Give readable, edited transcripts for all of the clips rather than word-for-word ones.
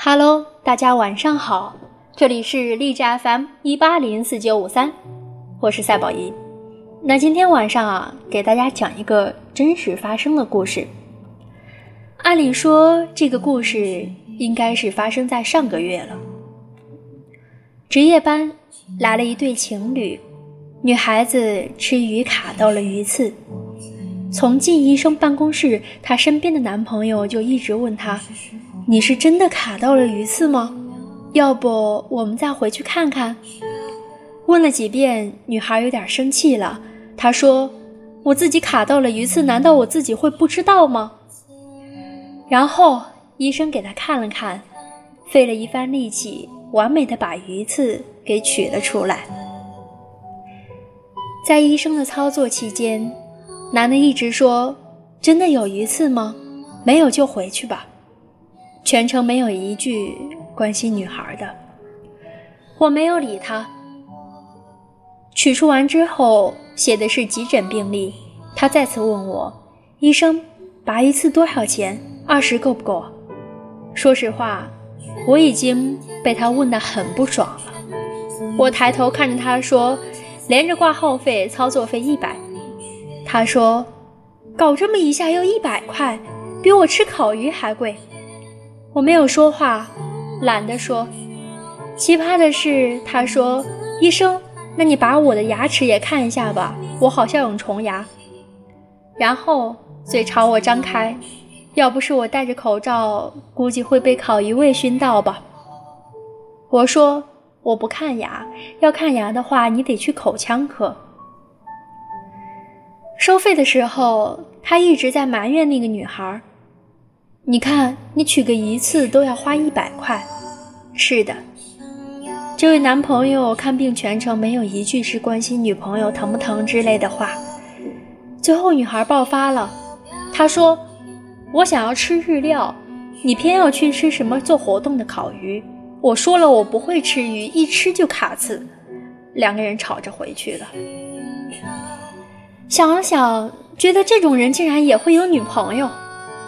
Hello， 大家晚上好，这里是荔枝 FM1804953，我是赛宝仪。那今天晚上给大家讲一个真实发生的故事。按理说这个故事应该是发生在上个月了。值夜班来了一对情侣，女孩子吃鱼卡到了鱼刺。从进医生办公室，她身边的男朋友就一直问她，你是真的卡到了鱼刺吗？要不我们再回去看看？问了几遍，女孩有点生气了，她说，我自己卡到了鱼刺，难道我自己会不知道吗？然后医生给她看了看，费了一番力气，完美的把鱼刺给取了出来。在医生的操作期间，男的一直说，真的有鱼刺吗？没有就回去吧。全程没有一句关心女孩的。我没有理他。取出完之后，写的是急诊病历，他再次问我，医生，拔一次多少钱？20够不够？说实话，我已经被他问得很不爽了。我抬头看着他说，连着挂号费、操作费100。他说，搞这么一下要100块，比我吃烤鱼还贵。我没有说话，懒得说。奇葩的是，他说，医生，那你把我的牙齿也看一下吧，我好像有虫牙。然后嘴朝我张开，要不是我戴着口罩，估计会被烤鱼味熏到吧。我说，我不看牙，要看牙的话，你得去口腔科。收费的时候，他一直在埋怨那个女孩，你看，你取个一次都要花100块。是的，这位男朋友看病全程没有一句是关心女朋友疼不疼之类的话。最后女孩爆发了，她说，我想要吃日料，你偏要去吃什么做活动的烤鱼，我说了我不会吃鱼，一吃就卡刺。两个人吵着回去了。想了想，觉得这种人竟然也会有女朋友。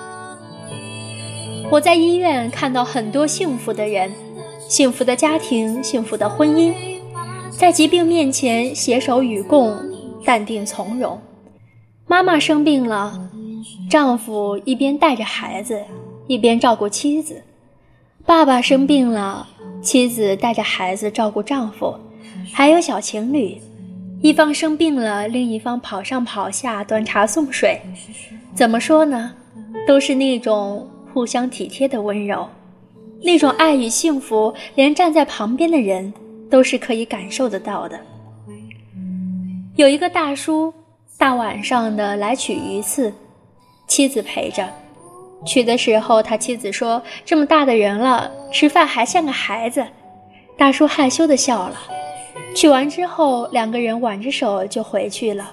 我在医院看到很多幸福的人，幸福的家庭，幸福的婚姻，在疾病面前携手与共，淡定从容。妈妈生病了，丈夫一边带着孩子，一边照顾妻子。爸爸生病了，妻子带着孩子照顾丈夫。还有小情侣，一方生病了，另一方跑上跑下端茶送水。怎么说呢，都是那种互相体贴的温柔，那种爱与幸福，连站在旁边的人都是可以感受得到的。有一个大叔大晚上的来取鱼刺，妻子陪着。取的时候，他妻子说，这么大的人了，吃饭还像个孩子。大叔害羞地笑了。取完之后，两个人挽着手就回去了。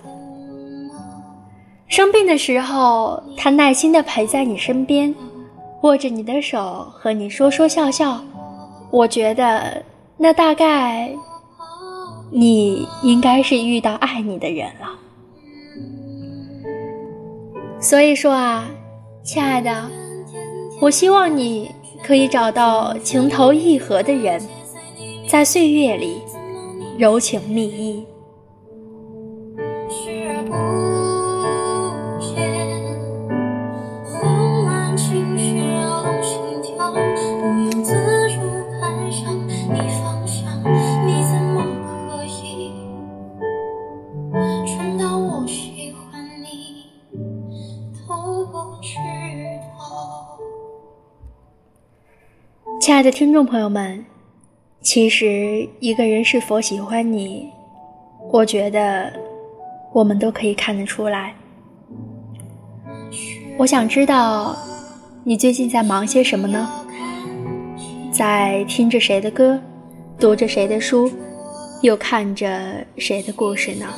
生病的时候，他耐心地陪在你身边，握着你的手和你说说笑笑。我觉得那大概你应该是遇到爱你的人了。所以说啊，亲爱的，我希望你可以找到情投意合的人，在岁月里柔情蜜意。亲爱的听众朋友们，其实一个人是否喜欢你，我觉得我们都可以看得出来。我想知道你最近在忙些什么呢？在听着谁的歌，读着谁的书，又看着谁的故事呢？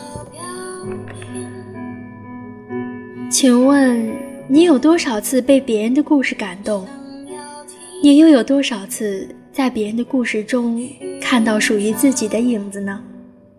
请问你有多少次被别人的故事感动？你又有多少次在别人的故事中看到属于自己的影子呢？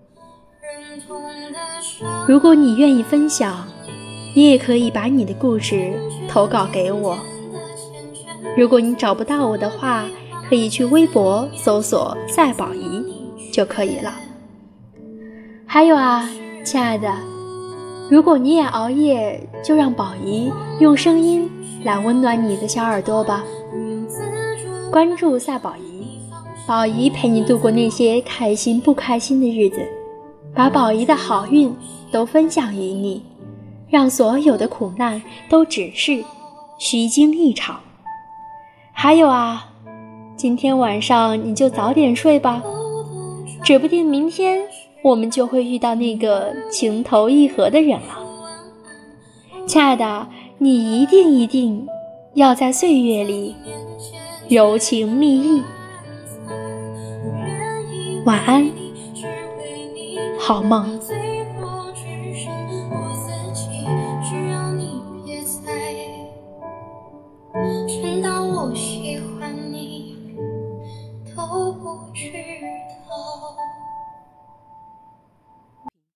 如果你愿意分享，你也可以把你的故事投稿给我。如果你找不到我的话， 可以去微博搜索赛宝仪就可以了。还有啊，亲爱的，如果你也熬夜，就让宝仪用声音来温暖你的小耳朵吧。关注赛宝仪，宝仪陪你度过那些开心不开心的日子，把宝仪的好运都分享于你，让所有的苦难都只是虚惊一场。还有啊，今天晚上你就早点睡吧，指不定明天我们就会遇到那个情投意合的人了。亲爱的，你一定要在岁月里柔情蜜意。晚安，好梦。全当我喜欢